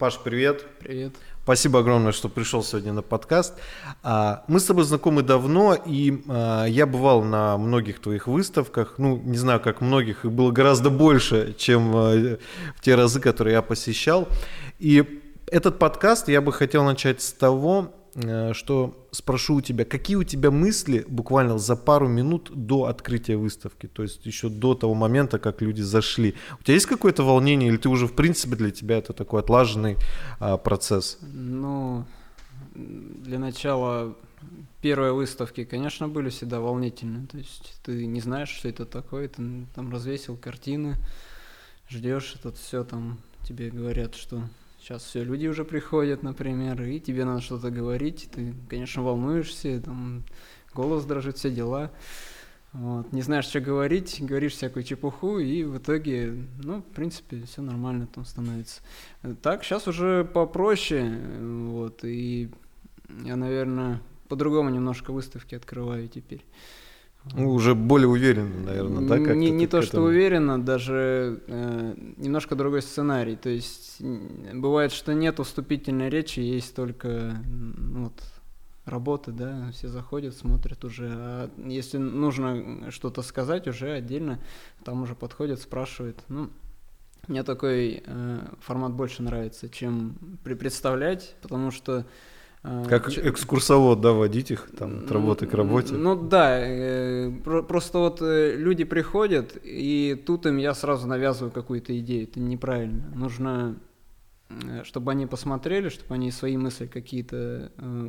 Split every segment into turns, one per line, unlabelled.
Паш, привет.
Привет.
Спасибо огромное, что пришел сегодня на подкаст. Мы с тобой знакомы давно, и я бывал на многих твоих выставках. Ну, не знаю, как многих, их было гораздо больше, чем в те разы, которые я посещал. И этот подкаст я бы хотел начать с того, что спрошу у тебя, какие у тебя мысли буквально за пару минут до открытия выставки, то есть еще до того момента, как люди зашли. У тебя есть какое-то волнение, или ты уже, в принципе, для тебя это такой отлаженный процесс?
Ну, для начала первые выставки, конечно, были всегда волнительны. То есть ты не знаешь, что это такое, ты там развесил картины, ждешь, это все там тебе говорят, что сейчас все, люди уже приходят, например, и тебе надо что-то говорить, ты, конечно, волнуешься, там голос дрожит, все дела. Вот. Не знаешь, что говорить, говоришь всякую чепуху, и в итоге, в принципе, все нормально там становится. Так, сейчас уже попроще, вот, и я, наверное, по-другому немножко выставки открываю теперь.
Уже более уверенно, наверное, да? Как-то
не то,
к
что
этому...
уверенно, даже немножко другой сценарий. То есть бывает, что нет вступительной речи, есть только работы, да, все заходят, смотрят уже. А если нужно что-то сказать, уже отдельно там уже подходят, спрашивают. Мне такой формат больше нравится, чем представлять, потому что
как экскурсовод, да, водить их там от работы к работе.
Просто вот люди приходят, и тут им я сразу навязываю какую-то идею. Это неправильно. Нужно, чтобы они посмотрели, чтобы они свои мысли какие-то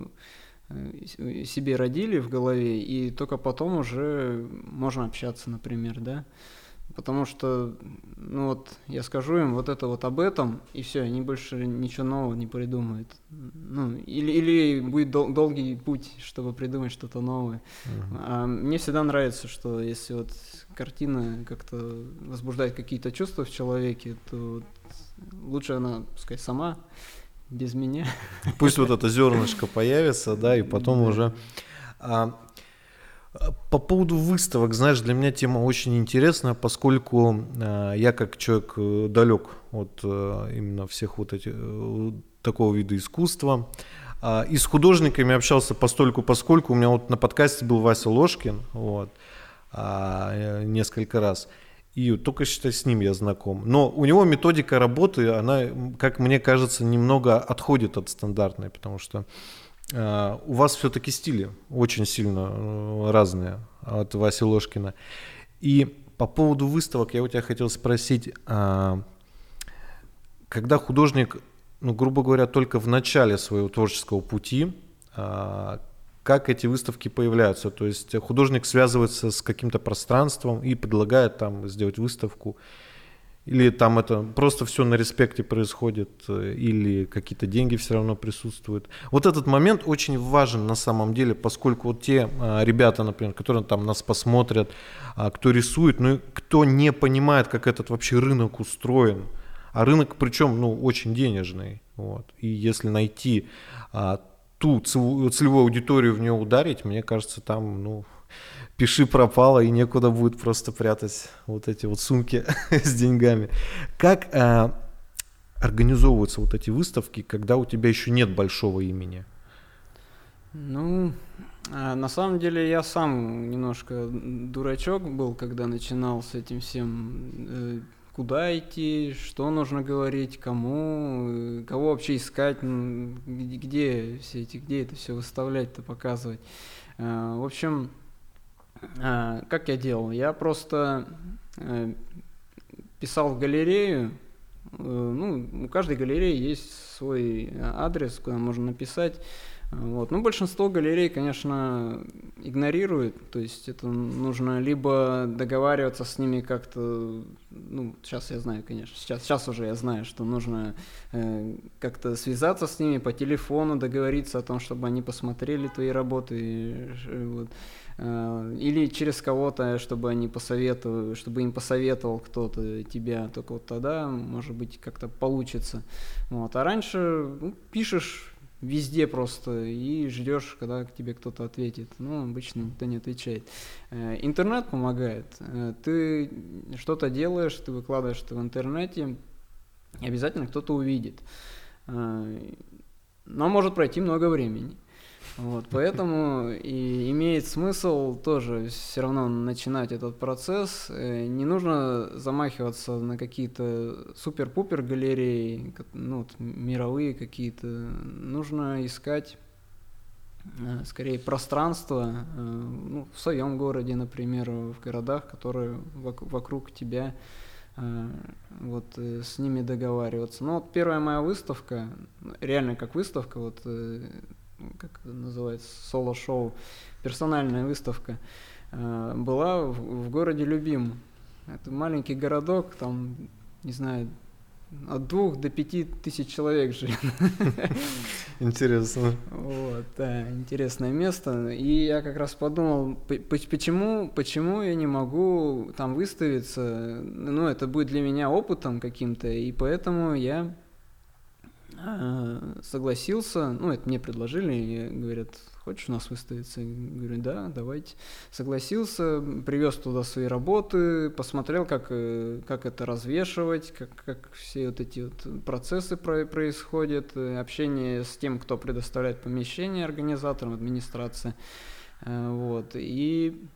себе родили в голове, и только потом уже можно общаться, например, да. Потому что, я скажу им вот это вот об этом, и все, они больше ничего нового не придумают. Или будет долгий путь, чтобы придумать что-то новое. А мне всегда нравится, что если вот картина как-то возбуждает какие-то чувства в человеке, то лучше она, пускай сама, без меня.
Пусть вот это зернышко появится, да, и потом уже... По поводу выставок, знаешь, для меня тема очень интересная, поскольку я как человек далек от именно всех вот этих такого вида искусства. И с художниками общался поскольку у меня вот на подкасте был Вася Ложкин, несколько раз. И только, считай, с ним я знаком. Но у него методика работы, она, как мне кажется, немного отходит от стандартной, потому что у вас все-таки стили очень сильно разные от Васи Ложкина. И по поводу выставок я у тебя хотел спросить, когда художник, грубо говоря, только в начале своего творческого пути, как эти выставки появляются? То есть художник связывается с каким-то пространством и предлагает там сделать выставку, или там это просто все на респекте происходит, или какие-то деньги все равно присутствуют. Вот этот момент очень важен на самом деле, поскольку вот те ребята, например, которые там нас посмотрят, кто рисует, и кто не понимает, как этот вообще рынок устроен, а рынок причем очень денежный. И если найти ту целевую аудиторию, в нее ударить, мне кажется, там пиши пропало, и некуда будет просто прятать вот эти вот сумки с деньгами. Как организовываются вот эти выставки, когда у тебя еще нет большого имени?
На самом деле я сам немножко дурачок был, когда начинал с этим всем. Куда идти, что нужно говорить, кому, кого вообще искать, где это все выставлять-то, показывать. В общем, как я делал? Я просто писал в галерею. У каждой галереи есть свой адрес, куда можно написать. Большинство галерей, конечно, игнорируют. То есть это нужно либо договариваться с ними как-то. Сейчас я знаю, конечно. Сейчас уже я знаю, что нужно как-то связаться с ними по телефону, договориться о том, чтобы они посмотрели твои работы. Или через кого-то, чтобы им посоветовал кто-то тебя, только вот тогда, может быть, как-то получится. А раньше пишешь везде просто и ждешь, когда к тебе кто-то ответит. Обычно никто не отвечает. Интернет помогает. Ты что-то делаешь, ты выкладываешь это в интернете, и обязательно кто-то увидит. но может пройти много времени. Вот, поэтому и имеет смысл тоже все равно начинать этот процесс. Не нужно замахиваться на какие-то супер-пупер галереи, ну, вот, мировые какие-то. Нужно искать скорее пространство, ну, в своем городе, например, в городах, которые вокруг тебя, вот с ними договариваться. Ну вот первая моя выставка, реально как выставка, вот как это называется, соло-шоу, персональная выставка, была в городе Любим. Это маленький городок, там, не знаю, от 2 до 5 тысяч человек живет.
Интересно.
Вот, да, интересное место. И я как раз подумал, почему я не могу там выставиться. Ну, это будет для меня опытом каким-то, и поэтому я согласился. Ну, это мне предложили, и говорят, хочешь у нас выставиться? Я говорю, да, давайте. Согласился, привез туда свои работы, посмотрел, как это развешивать, как все вот эти вот процессы происходят, общение с тем, кто предоставляет помещение организаторам, администрации. Вот. И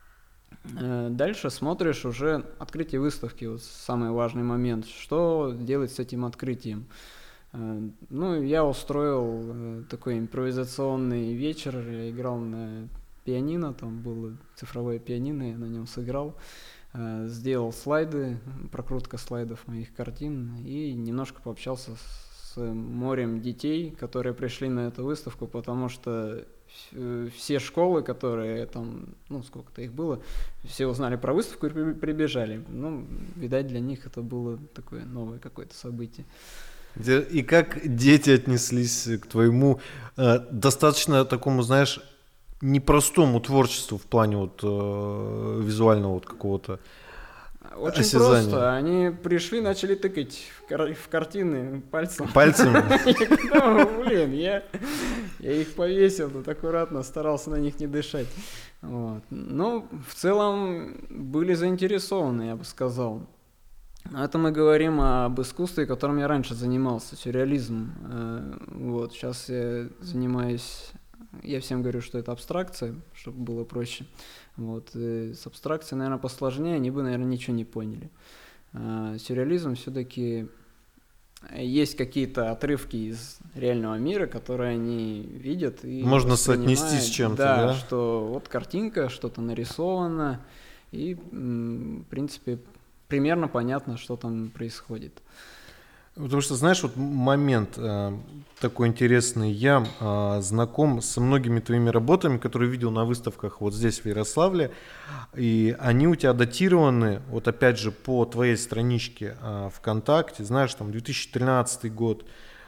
дальше смотришь уже открытие выставки, вот самый важный момент, что делать с этим открытием. Ну, я устроил такой импровизационный вечер, я играл на пианино, там было цифровое пианино, я на нем сыграл, сделал слайды, прокрутка слайдов моих картин и немножко пообщался с морем детей, которые пришли на эту выставку, потому что все школы, которые там, ну, сколько-то их было, все узнали про выставку и прибежали. Ну, видать, для них это было такое новое какое-то событие.
И как дети отнеслись к твоему достаточно такому, знаешь, непростому творчеству в плане вот визуального вот какого-то
очень
осязания?
Просто. Они пришли, начали тыкать в картины пальцем.
Пальцами?
Блин, я их повесил, тут аккуратно старался на них не дышать. Вот. Но в целом были заинтересованы, я бы сказал. Это мы говорим об искусстве, которым я раньше занимался, сюрреализм. Вот, сейчас я занимаюсь, я всем говорю, что это абстракция, чтобы было проще. Вот, с абстракцией, наверное, посложнее, они бы, наверное, ничего не поняли. Сюрреализм все-таки есть какие-то отрывки из реального мира, которые они видят и
можно соотнести с чем-то,
да? Что вот картинка, что-то нарисовано, и, в принципе, примерно понятно, что там происходит.
Потому что, знаешь, вот момент такой интересный. Я знаком со многими твоими работами, которые видел на выставках вот здесь, в Ярославле. И они у тебя датированы, вот опять же, по твоей страничке ВКонтакте. Знаешь, там 2013 год.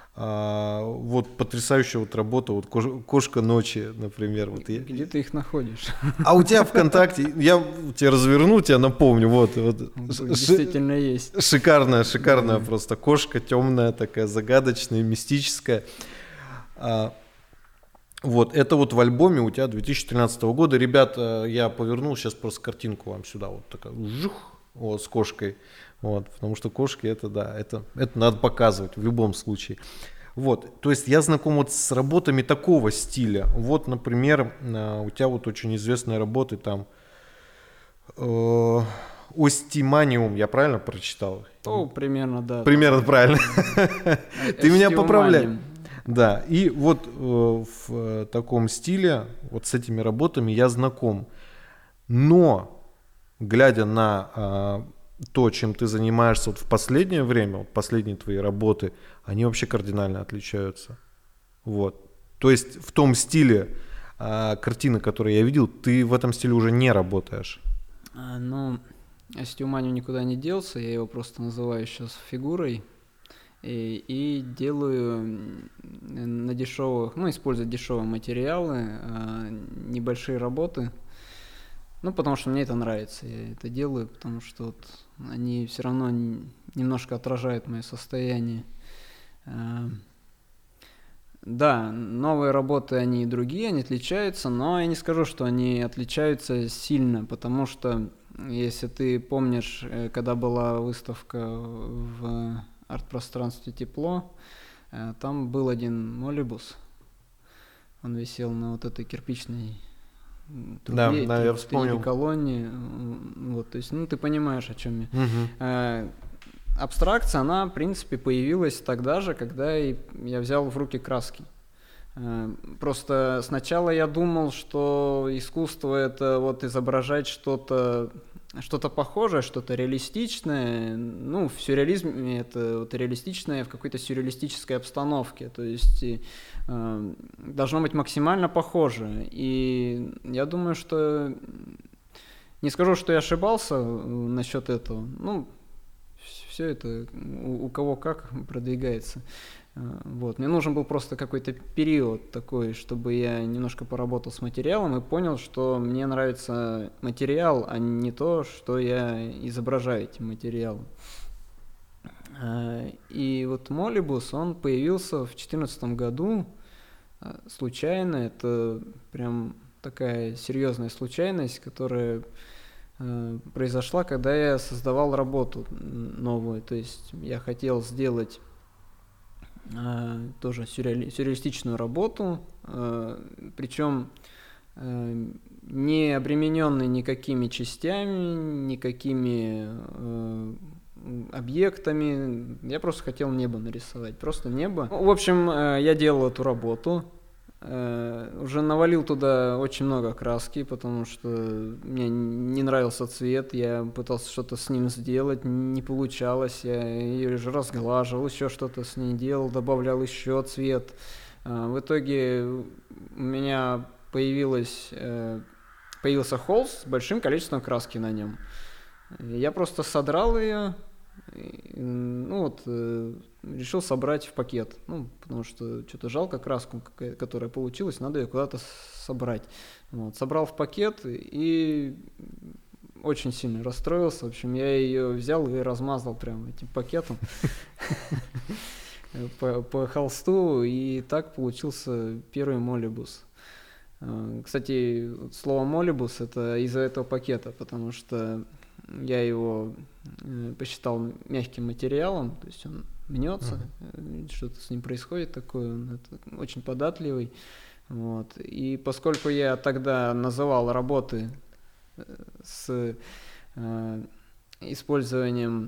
Вот потрясающая вот работа, вот «Кошка ночи», например. Вот
где ты их находишь?
А у тебя ВКонтакте, я тебя разверну, тебя напомню, вот
действительно есть.
Шикарная просто кошка, темная такая, загадочная, мистическая. Вот, это вот в альбоме у тебя 2013 года. Ребят, я повернул сейчас просто картинку вам сюда, вот такая, вот, с кошкой. Вот, потому что кошки это надо показывать в любом случае. Вот, то есть я знаком вот с работами такого стиля. Вот, например, у тебя вот очень известные работы там «Остиманиум», я правильно прочитал?
О, примерно, да.
Примерно правильно. Ты меня поправляй. Да, и вот в таком стиле, вот с этими работами я знаком. Но, глядя на то, чем ты занимаешься вот в последнее время, вот последние твои работы, они вообще кардинально отличаются. Вот. То есть в том стиле картины, которые я видел, ты в этом стиле уже не работаешь.
Ну, «Остиманиум» никуда не делся, я его просто называю сейчас фигурой. И делаю на дешевых, ну, использую дешевые материалы, небольшие работы. Ну, потому что мне это нравится, я это делаю, потому что вот они все равно немножко отражают мое состояние. Да, новые работы, они и другие, они отличаются, но я не скажу, что они отличаются сильно, потому что, если ты помнишь, когда была выставка в арт-пространстве «Тепло», Там был один молибус, он висел на вот этой кирпичной трубе,
да, я вспомнил.
колонне, вот, то есть, ну, ты понимаешь, о чем я.
Угу.
Абстракция, она, в принципе, появилась тогда же, когда я взял в руки краски. Просто сначала я думал, что искусство — это вот изображать что-то похожее, что-то реалистичное. Ну, в сюрреализме это вот реалистичное в какой-то сюрреалистической обстановке. То есть должно быть максимально похоже. И я думаю, что... Не скажу, что я ошибался насчет этого. Ну, все это у кого как продвигается. Вот. Мне нужен был просто какой-то период такой, чтобы я немножко поработал с материалом и понял, что мне нравится материал, а не то, что я изображаю этим материалом. И вот молибус, он появился в 2014 году случайно. Это прям такая серьезная случайность, которая произошла, когда я создавал работу новую. То есть я хотел сделать тоже сюрреалистичную работу, причем не обремененный никакими частями, никакими объектами. Я просто хотел небо нарисовать, просто небо. В общем, я делал эту работу. Уже навалил туда очень много краски, потому что мне не нравился цвет, я пытался что-то с ним сделать, не получалось, я ее же разглаживал, еще что-то с ней делал, добавлял еще цвет. В итоге у меня появился холст с большим количеством краски на нем. Я просто содрал ее, решил собрать в пакет, потому что что-то жалко краску, которая получилась, надо ее куда-то собрать. Вот, собрал в пакет и очень сильно расстроился. В общем, я ее взял и размазал прямо этим пакетом по холсту, и так получился первый молибус. Кстати, слово молибус — это из-за этого пакета, потому что я его посчитал мягким материалом, то есть он мнется, что-то с ним происходит такое, он очень податливый. Вот. И поскольку я тогда называл работы с использованием...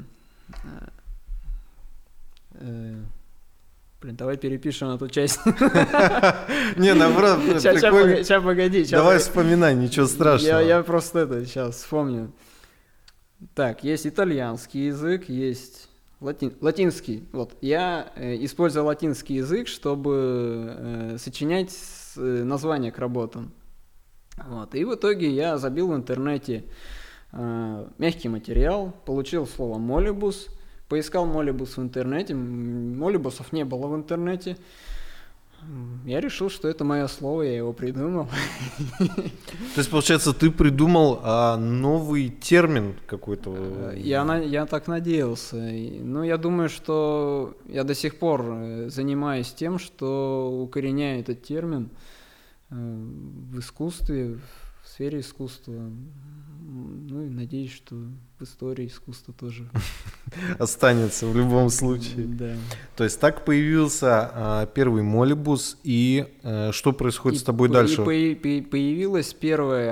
давай перепишем эту часть.
Не, наоборот, прикольно.
Сейчас, погоди.
Давай вспоминай, ничего страшного.
Я просто сейчас вспомню. Так, есть итальянский язык, есть латинский. Вот, я использую латинский язык, чтобы сочинять названия к работам. Вот, и в итоге я забил в интернете мягкий материал, получил слово молибус, поискал молибус в интернете, молибусов не было в интернете. Я решил, что это мое слово, я его придумал.
То есть, получается, ты придумал новый термин какой-то?
Я так надеялся. Но я думаю, что я до сих пор занимаюсь тем, что укореняю этот термин в искусстве, в сфере искусства. Ну и надеюсь, что в истории искусства тоже
останется в любом случае.
Да.
То есть так появился первый молибус, и что происходит с тобой дальше?
Появилась первая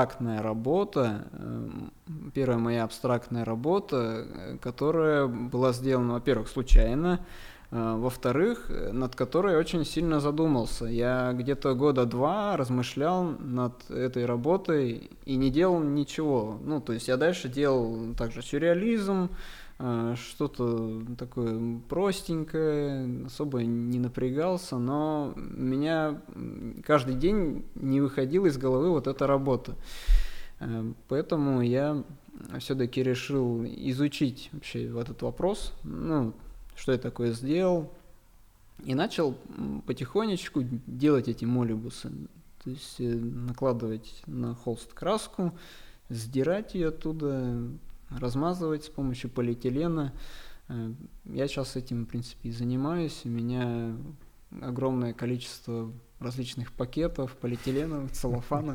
моя абстрактная работа, которая была сделана, во-первых, случайно, во-вторых, над которой я очень сильно задумался. Я где-то 2 года размышлял над этой работой и не делал ничего. Ну, то есть я дальше делал также сюрреализм, что-то такое простенькое, особо не напрягался, но у меня каждый день не выходила из головы вот эта работа. Поэтому я все-таки решил изучить вообще этот вопрос, что я такое сделал, и начал потихонечку делать эти молибусы, то есть накладывать на холст краску, сдирать ее оттуда, размазывать с помощью полиэтилена. Я сейчас этим, в принципе, и занимаюсь. У меня огромное количество различных пакетов, полиэтилена, целлофана,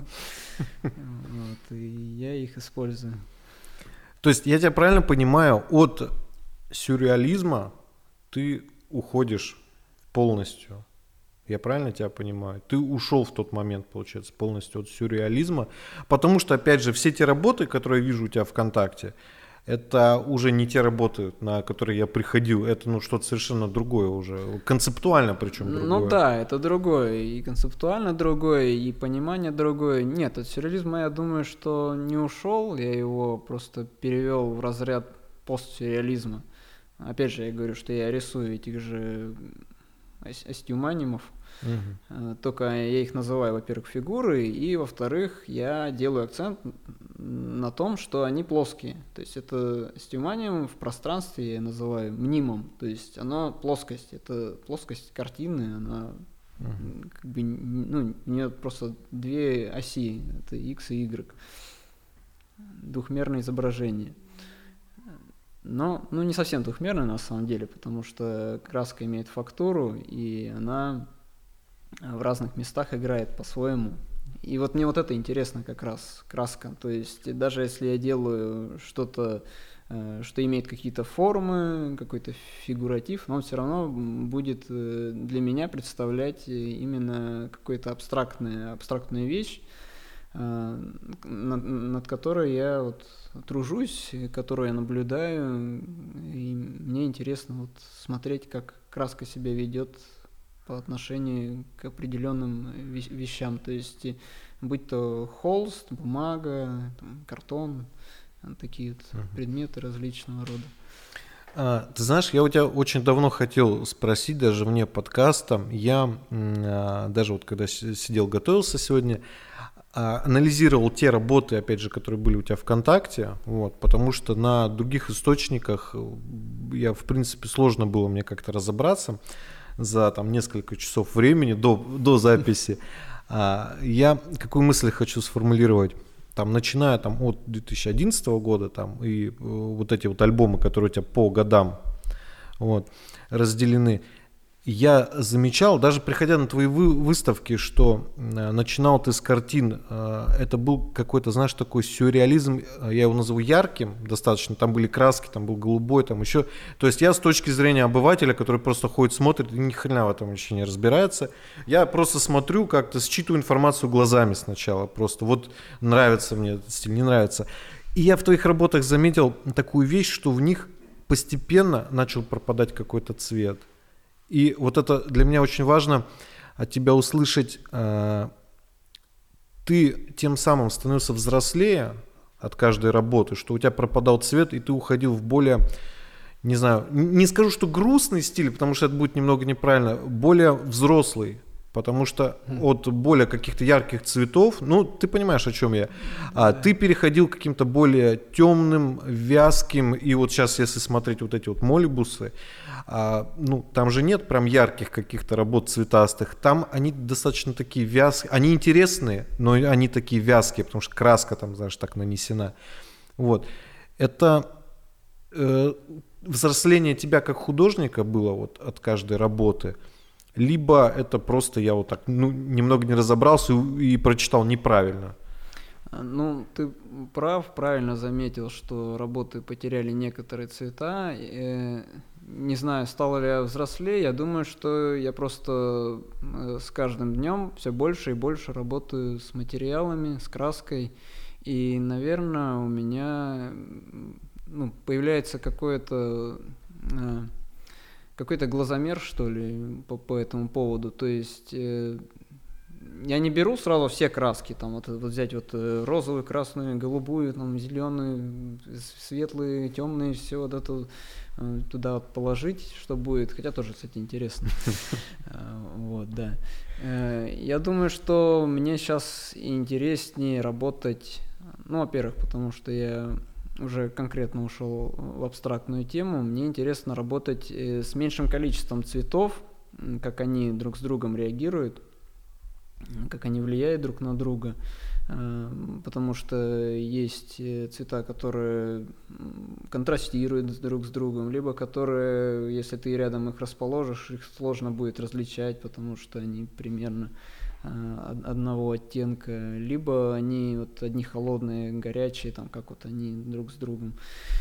и я их использую.
То есть я тебя правильно понимаю, от сюрреализма ты уходишь в полностью. Я правильно тебя понимаю? Ты ушел в тот момент, получается, полностью от сюрреализма. Потому что, опять же, все те работы, которые я вижу у тебя ВКонтакте, это уже не те работы, на которые я приходил. Это что-то совершенно другое уже. Концептуально причем другое.
Ну да, это другое. И концептуально другое, и понимание другое. Нет, от сюрреализма я думаю, что не ушел. Я его просто перевел в разряд постсюрреализма. Опять же, я говорю, что я рисую этих же астиуманимов. Только я их называю, во-первых, фигуры, и, во-вторых, я делаю акцент на том, что они плоские. То есть это астиуманиум в пространстве я называю мнимом. То есть оно плоскость, это плоскость картины, она как бы, у нее просто две оси, это x и y, двухмерное изображение. Но не совсем двухмерное на самом деле, потому что краска имеет фактуру, и она в разных местах играет по-своему. И вот мне вот это интересно как раз, краска. То есть даже если я делаю что-то, что имеет какие-то формы, какой-то фигуратив, но он все равно будет для меня представлять именно какую-то абстрактную вещь, над которой я вот тружусь, которую я наблюдаю, и мне интересно вот смотреть, как краска себя ведет по отношению к определенным вещам, то есть будь то холст, бумага, картон, такие вот предметы различного рода.
Ты знаешь, я у тебя очень давно хотел спросить, даже вне подкаста, я даже вот когда сидел, готовился сегодня, анализировал те работы, опять же, которые были у тебя ВКонтакте, вот, потому что на других источниках в принципе, сложно было мне как-то разобраться за несколько часов времени до записи. Я какую мысль хочу сформулировать? Начиная от 2011 года и вот эти вот альбомы, которые у тебя по годам разделены, я замечал, даже приходя на твои выставки, что начинал ты с картин, это был какой-то, знаешь, такой сюрреализм, я его назову ярким достаточно, там были краски, там был голубой, там еще, то есть я с точки зрения обывателя, который просто ходит, смотрит и ни хрена в этом еще не разбирается, я просто смотрю, как-то считываю информацию глазами сначала, просто вот нравится мне этот стиль, не нравится. И я в твоих работах заметил такую вещь, что в них постепенно начал пропадать какой-то цвет. И вот это для меня очень важно от тебя услышать. Ты тем самым становился взрослее от каждой работы, что у тебя пропадал цвет, и ты уходил в более, не знаю, не скажу, что грустный стиль, потому что это будет немного неправильно, более взрослый. Потому что от более каких-то ярких цветов, ты понимаешь, о чем я, ты переходил к каким-то более темным, вязким, и вот сейчас, если смотреть вот эти вот молибусы, там же нет прям ярких каких-то работ цветастых, там они достаточно такие вязкие, они интересные, но они такие вязкие, потому что краска там, знаешь, так нанесена. Вот. Это взросление тебя как художника было вот от каждой работы, либо это просто я вот так немного не разобрался и прочитал неправильно?
Ты прав, правильно заметил, что работы потеряли некоторые цвета. Не знаю, стал ли я взрослее, я думаю, что я просто с каждым днем все больше и больше работаю с материалами, с краской. И, наверное, у меня появляется какой-то глазомер, что ли, по этому поводу. То есть я не беру сразу все краски, вот взять розовую, красную, голубую, зеленую, светлые, темные, все вот это туда положить, что будет. Хотя тоже, кстати, интересно. Вот, да. Я думаю, что мне сейчас интереснее работать, во-первых, потому что я уже конкретно ушел в абстрактную тему, мне интересно работать с меньшим количеством цветов, как они друг с другом реагируют, как они влияют друг на друга, потому что есть цвета, которые контрастируют друг с другом, либо которые, если ты рядом их расположишь, их сложно будет различать, потому что они примерно одного оттенка, либо они одни холодные, горячие, как они друг с другом.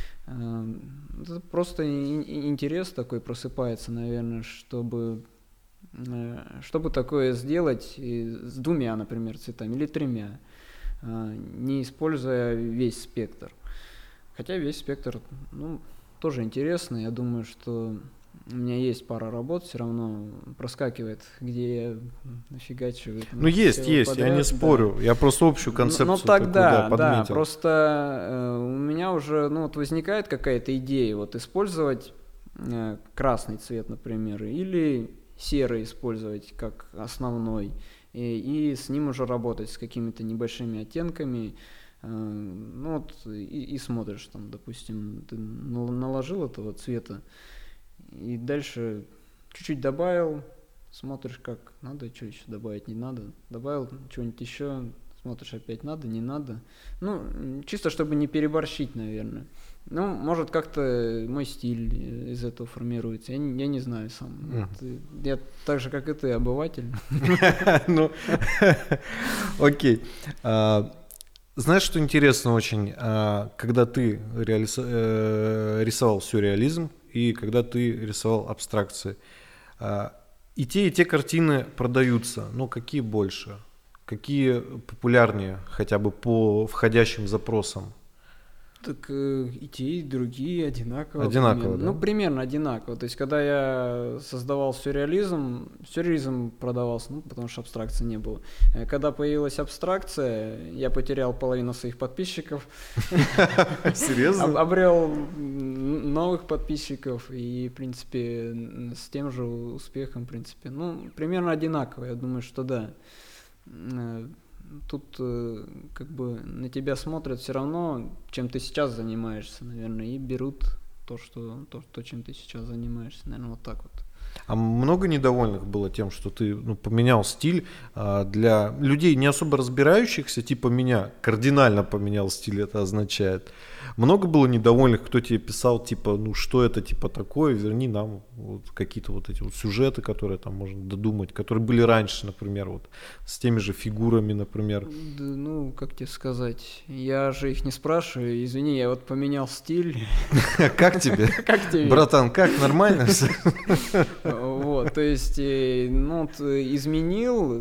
Это просто интерес такой просыпается, наверное, чтобы чтобы такое сделать с 2, например, цветами или 3, не используя весь спектр. Хотя весь спектр, ну, тоже интересно. Я думаю, что у меня есть пара работ, все равно проскакивает, где я нафигачиваю.
Ну, есть, подряд, я не спорю. Да. Я просто общую концепцию
но тогда,
подметил.
Да, просто у меня уже возникает какая-то идея использовать красный цвет, например, или серый использовать как основной, и с ним уже работать с какими-то небольшими оттенками. И смотришь, там, допустим, ты наложил этого цвета, и дальше чуть-чуть добавил, смотришь, как надо, что еще добавить, не надо, добавил что-нибудь еще, смотришь, опять надо, не надо. Чисто чтобы не переборщить, наверное. Может, как-то мой стиль из этого формируется. Я не знаю сам. Я так же, как и ты, обыватель.
Окей. Знаешь, что интересно очень, когда ты рисовал сюрреализм и когда ты рисовал абстракции, и те картины продаются, какие больше, какие популярнее, хотя бы по входящим запросам?
Так и те, и другие одинаково.
Одинаково, да?
Примерно одинаково. То есть, когда я создавал сюрреализм продавался, потому что абстракции не было. Когда появилась абстракция, я потерял половину своих подписчиков.
Серьезно?
Обрел новых подписчиков и, в принципе, с тем же успехом, в принципе. Примерно одинаково, я думаю, что да. Тут как бы на тебя смотрят все равно, чем ты сейчас занимаешься, наверное, и берут то, чем ты сейчас занимаешься, наверное, вот так вот.
А много недовольных было тем, что ты поменял стиль для людей, не особо разбирающихся, типа меня, кардинально поменял стиль, это означает. Много было недовольных, кто тебе писал, типа, что это типа такое, верни нам какие-то эти сюжеты, которые там можно додумать, которые были раньше, например, с теми же фигурами, например.
Да, как тебе сказать, я же их не спрашиваю, извини, я поменял стиль.
Как тебе?
Как тебе?
Братан, как, нормально все?
То есть, изменил,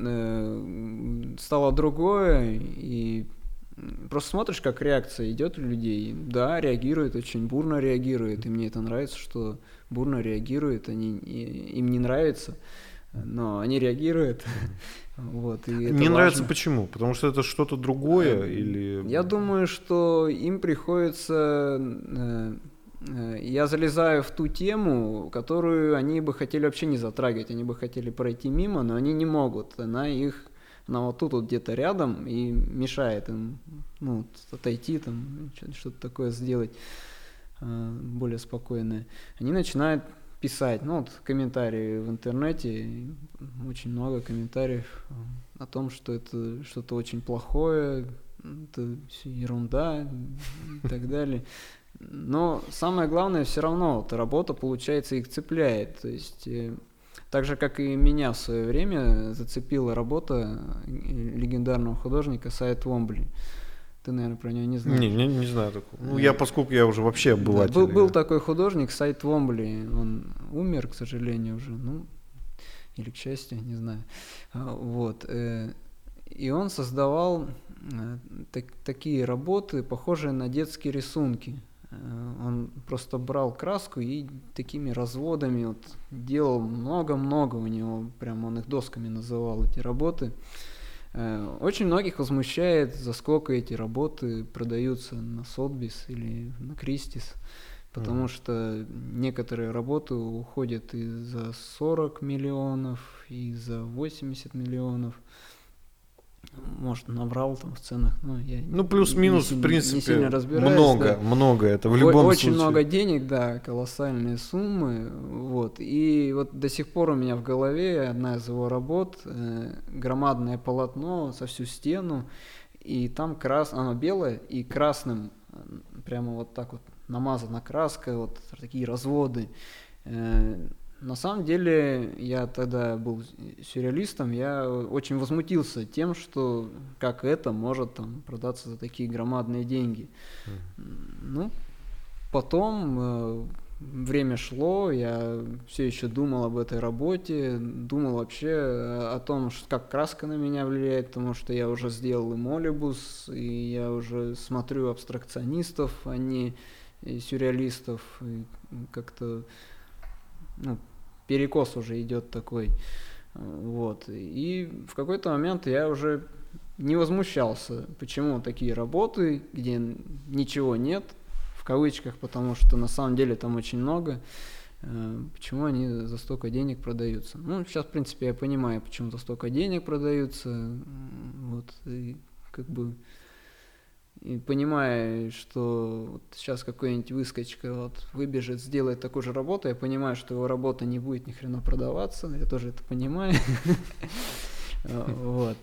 стало другое, и просто смотришь, как реакция идет у людей. Да, реагирует, очень бурно реагирует, и мне это нравится, что бурно реагирует, им не нравится, но они реагируют.
Не нравится почему? Потому что это что-то другое или...
Я думаю, что им приходится... Я залезаю в ту тему, которую они бы хотели вообще не затрагивать, они бы хотели пройти мимо, но они не могут. Она тут где-то рядом и мешает им отойти, там, что-то такое сделать более спокойное. Они начинают писать, комментарии в интернете, очень много комментариев о том, что это что-то очень плохое, это все ерунда и так далее. Но самое главное, все равно работа, получается, их цепляет. То есть, так же, как и меня в свое время зацепила работа легендарного художника Сая Твомбли. Ты, наверное, про него не знаешь.
Не знаю такого. Поскольку я уже вообще обыватель.
Был такой художник Сай Твомбли. Он умер, к сожалению, уже. Или к счастью, не знаю. И он создавал такие работы, похожие на детские рисунки. Он просто брал краску и такими разводами делал много-много у него, прям он их досками называл, эти работы. Очень многих возмущает, за сколько эти работы продаются на Сотбис или на Кристис, потому что некоторые работы уходят и за 40 миллионов, и за 80 миллионов. Может, наврал там в ценах, я
плюс-минус, в принципе,
не сильно разбираюсь,
много это в любом
очень
случае.
Много денег, да, колоссальные суммы, И до сих пор у меня в голове одна из его работ, громадное полотно со всю стену, и там оно белое, и красным прямо так намазана краска, такие разводы. На самом деле, я тогда был сюрреалистом, я очень возмутился тем, что как это может продаться за такие громадные деньги. Потом время шло, я все еще думал об этой работе, думал вообще о том, как краска на меня влияет, потому что я уже сделал и молибус, и я уже смотрю абстракционистов, а не сюрреалистов, и как-то перекос уже идет такой. Вот. И в какой-то момент я уже не возмущался, почему такие работы, где ничего нет, в кавычках, потому что на самом деле там очень много, почему они за столько денег продаются. Ну, сейчас, в принципе, я понимаю, почему за столько денег продаются, вот, и как бы, и понимая, что вот сейчас какой-нибудь выскочка вот выбежит, сделает такую же работу, я понимаю, что его работа не будет ни хрена продаваться, я тоже это понимаю. Вот.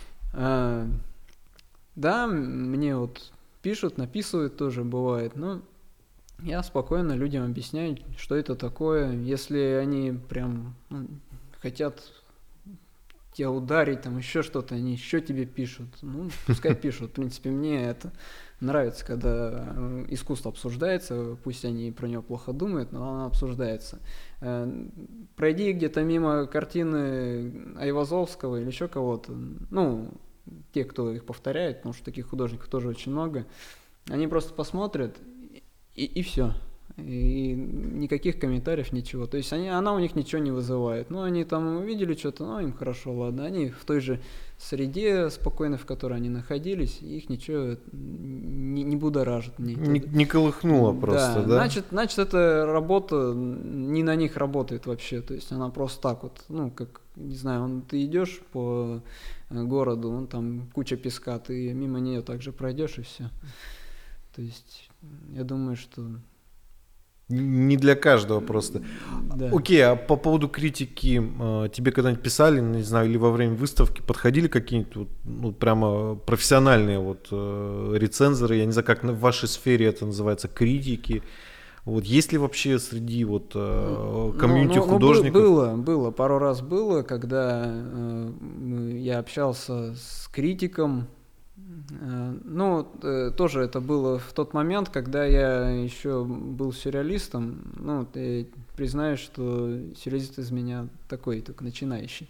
Да, мне вот пишут, написывают тоже бывает, но я спокойно людям объясняю, что это такое. Если они прям хотят тебя ударить, там еще что-то, они еще тебе пишут. Ну, пускай пишут. В принципе, мне это нравится, когда искусство обсуждается, пусть они про него плохо думают, но оно обсуждается. Пройди где-то мимо картины Айвазовского или еще кого-то, ну, те, кто их повторяет, потому что таких художников тоже очень много, они просто посмотрят, и все. И никаких комментариев, ничего. То есть она у них ничего не вызывает. Ну, они там увидели что-то, ну, им хорошо, ладно. Они в той же среде спокойной, в которой они находились, их ничего не будоражит.
Не колыхнуло просто, да?
Значит, эта работа не на них работает вообще. То есть она просто так вот, ну, как, не знаю, ты идешь по городу, там куча песка, ты мимо нее также пройдешь, и все. То есть я думаю, что...
Не для каждого просто.
Да.
Окей, а по поводу критики, тебе когда-нибудь писали, не знаю, или во время выставки подходили какие-нибудь вот, ну, прямо профессиональные вот рецензоры, я не знаю, как в вашей сфере это называется, критики. Вот есть ли вообще среди вот комьюнити художников?
Было, пару раз было, когда я общался с критиком. Ну, тоже это было в тот момент, когда я еще был сюрреалистом. Ну, я признаюсь, что сюрреалист из меня такой, только начинающий.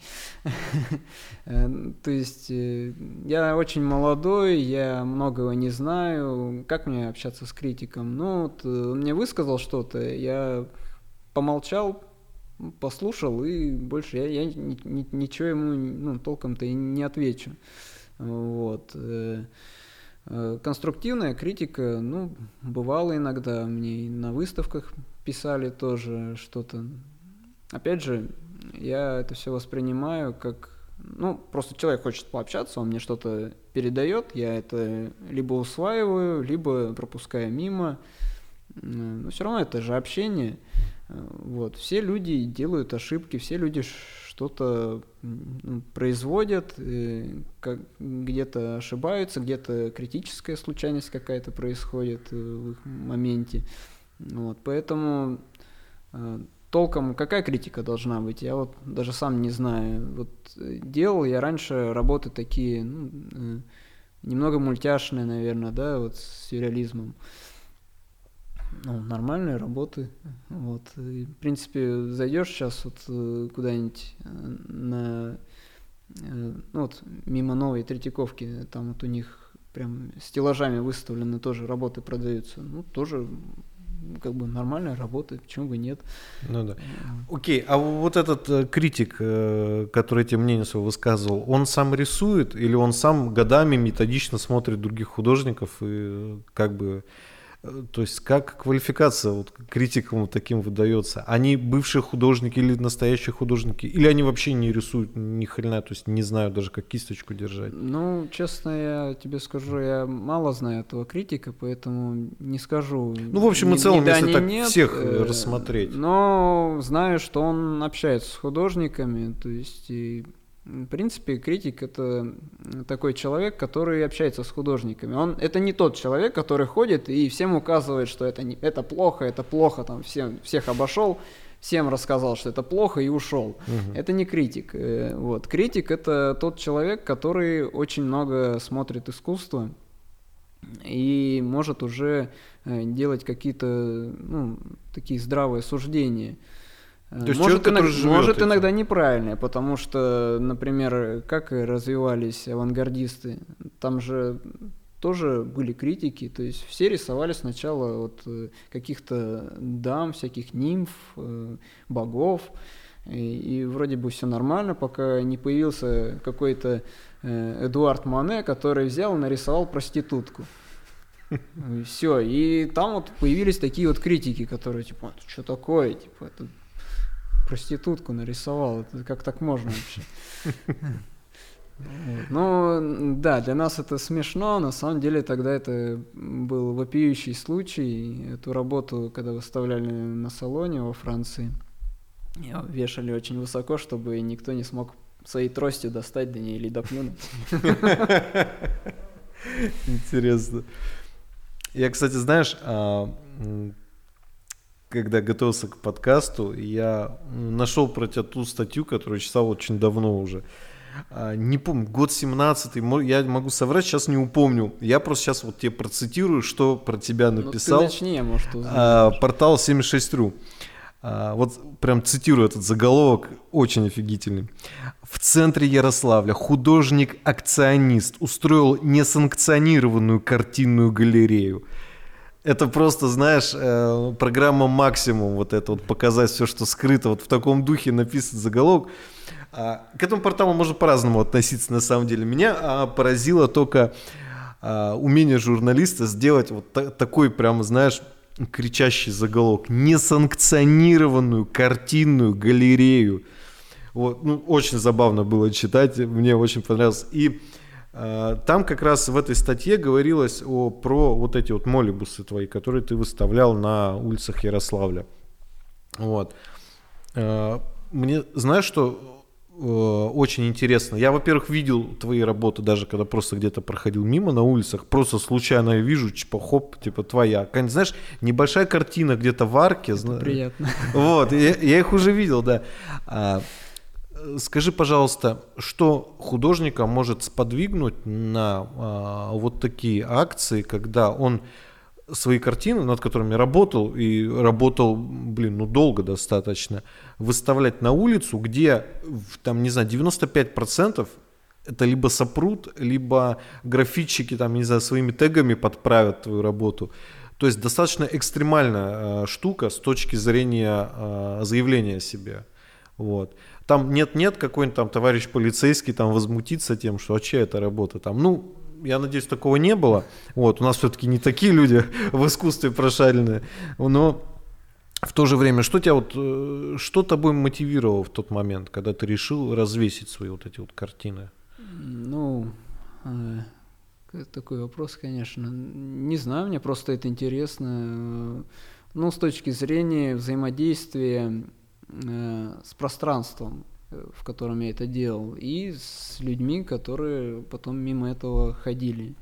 То есть я очень молодой, я многого не знаю. Как мне общаться с критиком? Ну, вот он мне высказал что-то, я помолчал, послушал, и больше я ничего ему толком-то и не отвечу. Вот. Конструктивная критика, ну, бывало иногда, мне и на выставках писали тоже что-то. Опять же, я это все воспринимаю как, ну, просто человек хочет пообщаться, он мне что-то передает, я это либо усваиваю, либо пропускаю мимо. Но все равно это же общение. Вот. Все люди делают ошибки, все люди что-то производят, где-то ошибаются, где-то критическая случайность какая-то происходит в их моменте. Вот. Поэтому толком какая критика должна быть, я вот даже сам не знаю. Вот делал я раньше работы такие, немного мультяшные, наверное, да, вот с сюрреализмом. Ну, нормальные работы. Вот. И, в принципе, зайдешь сейчас вот куда-нибудь вот мимо Новой Третьяковки, там вот у них прям стеллажами выставлены тоже работы продаются. Ну, тоже как бы нормальная работа, почему бы нет.
Ну да. Окей, а вот этот критик, который тебе мнение свое высказывал, он сам рисует или он сам годами методично смотрит других художников и как бы... То есть как квалификация вот критикам вот таким выдается? Они бывшие художники или настоящие художники? Или они вообще не рисуют ни хрена, то есть не знают даже, как кисточку держать?
Ну, честно, я тебе скажу, я мало знаю этого критика, поэтому не скажу.
Ну, в общем и целом,
да,
если так
нет,
всех рассмотреть.
Но знаю, что он общается с художниками, то есть... В принципе, критик — это такой человек, который общается с художниками. Это не тот человек, который ходит и всем указывает, что это плохо, там, всех обошел, всем рассказал, что это плохо, и ушел. Это не критик. Вот. Критик — это тот человек, который очень много смотрит искусство и может уже делать какие-то такие здравые суждения.
То есть человек, который живет
может
этим.
иногда неправильные, потому что, например, как развивались авангардисты, там же тоже были критики, то есть все рисовали сначала вот каких-то дам, всяких нимф, богов, и вроде бы все нормально, пока не появился какой-то Эдуард Мане, который взял и нарисовал проститутку. Все, и там вот появились такие вот критики, которые типа, что такое, типа, это проститутку нарисовал, это как так можно вообще? Ну, да, для нас это смешно, на самом деле тогда это был вопиющий случай. Эту работу, когда выставляли на салоне во Франции, ее вешали очень высоко, чтобы никто не смог своей тростью достать до нее или доплюнуть.
Интересно. Я, кстати, знаешь, когда готовился к подкасту, я нашел про тебя ту статью, которую читал очень давно уже. Не помню, год 17-й, я могу соврать, сейчас не упомню. Я просто сейчас вот тебе процитирую, что про тебя написал.
Ну, ты начни, я, может, узнаю.
Портал 76.ru. Вот прям цитирую этот заголовок, очень офигительный. В центре Ярославля художник-акционист устроил несанкционированную картинную галерею. Это просто, знаешь, программа «Максимум», вот это вот показать все, что скрыто, вот в таком духе написан заголовок. К этому порталу можно по-разному относиться, на самом деле. Меня поразило только умение журналиста сделать вот такой прям, знаешь, кричащий заголовок. Несанкционированную картинную галерею. Вот, ну, очень забавно было читать, мне очень понравилось. И там как раз в этой статье говорилось про вот эти вот молибусы твои, которые ты выставлял на улицах Ярославля. Вот. Мне, знаешь, что очень интересно. Я, во-первых, видел твои работы, даже когда просто где-то проходил мимо на улицах, просто случайно вижу, типа, хоп, типа, твоя. Знаешь, небольшая картина где-то в арке.
Это приятно.
Вот, я их уже видел, да. Скажи, пожалуйста, что художника может сподвигнуть на вот такие акции, когда он свои картины, над которыми работал, и работал, долго достаточно, выставлять на улицу, где, там, не знаю, 95% это либо сопрут, либо графитчики, там, не знаю, своими тегами подправят твою работу. То есть достаточно экстремальная штука с точки зрения заявления о себе. Вот. Там нет-нет, какой-нибудь там товарищ полицейский там возмутится тем, что чья это работа там. Я надеюсь, такого не было. Вот, у нас все-таки не такие люди в искусстве прошаренные. Но в то же время, что тобой мотивировало в тот момент, когда ты решил развесить свои вот эти вот картины?
Такой вопрос, конечно. Не знаю, мне просто это интересно. С точки зрения взаимодействия с пространством, в котором я это делал, и с людьми, которые потом мимо этого ходили.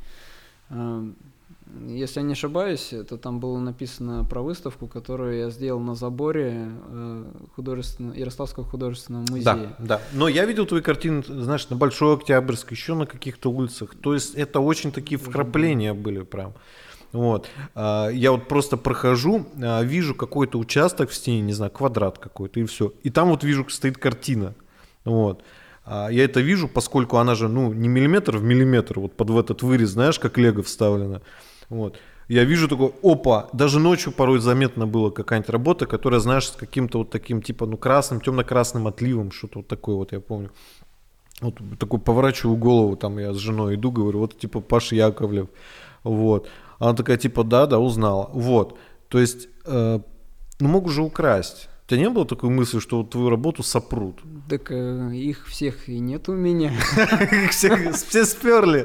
Если я не ошибаюсь, это там было написано про выставку, которую я сделал на заборе Ярославского художественного музея.
Да. Но я видел твои картины, знаешь, на Большой Октябрьской, еще на каких-то улицах. То есть это очень такие вкрапления были прям. Вот. Я вот просто прохожу, вижу какой-то участок в стене, не знаю, квадрат какой-то, и все. И там вот вижу, стоит картина. Вот. Я это вижу, поскольку она же, не миллиметр в миллиметр, вот под в этот вырез, знаешь, как лего вставлено. Вот. Я вижу такой, опа, даже ночью порой заметно было какая-нибудь работа, которая, знаешь, с каким-то вот таким, типа, красным, темно-красным отливом, что-то вот такое вот, я помню. Вот такой поворачиваю голову, там я с женой иду, говорю, вот типа Паша Яковлев. Вот. Она такая, типа, да, узнала. Вот. То есть, могу же украсть. У тебя не было такой мысли, что вот твою работу сопрут?
Так их всех и нет у меня.
Все сперли.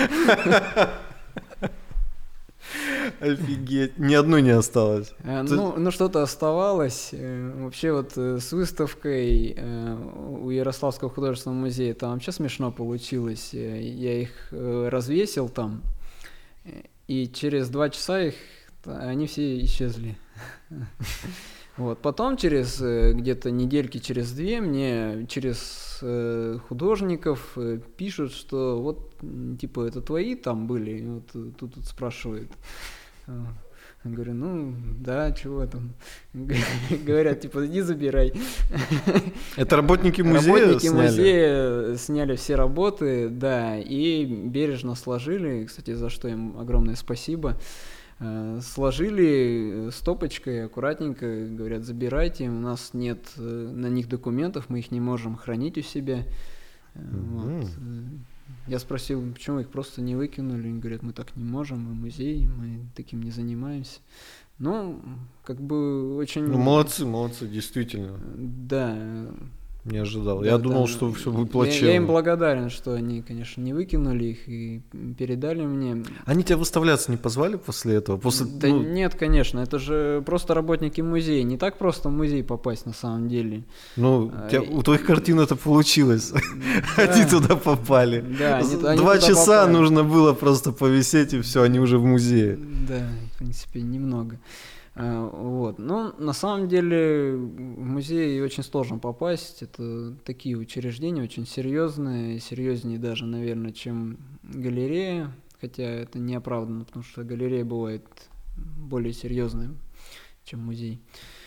Офигеть. Ни одной не осталось.
Что-то оставалось. Вообще вот с выставкой у Ярославского художественного музея там вообще смешно получилось. Я их развесил там, и через 2 часа они все исчезли. Вот. Потом через где-то недельки через 2 мне через художников пишут, что вот типа это твои там были, вот тут спрашивают. Я говорю, ну, да, чего там. Говорят, типа, иди забирай.
Это работники музея
Работники
сняли?
музея сняли все работы, да, и бережно сложили, кстати, за что им огромное спасибо. Сложили стопочкой аккуратненько, говорят, забирайте, у нас нет на них документов, мы их не можем хранить у себя. Вот. Я спросил, почему их просто не выкинули, они говорят, мы так не можем, мы музей, мы таким не занимаемся. Ну, как бы очень...
Ну, молодцы, действительно.
Да.
Не ожидал.
Да,
я думал,
да.
что все будет плачевно.
Я им благодарен, что они, конечно, не выкинули их и передали мне.
Они тебя выставляться не позвали после этого?
Да нет, конечно, это же просто работники музея. Не так просто в музей попасть на самом деле.
Ну, у твоих картин это получилось. Они туда попали.
Да,
2 часа нужно было просто повисеть, и все, они уже в музее.
Да, в принципе, немного. Вот. Но на самом деле в музей очень сложно попасть. Это такие учреждения очень серьезные, серьезнее даже, наверное, чем галерея. Хотя это не оправданно, потому что галерея бывает более серьезная, чем музей.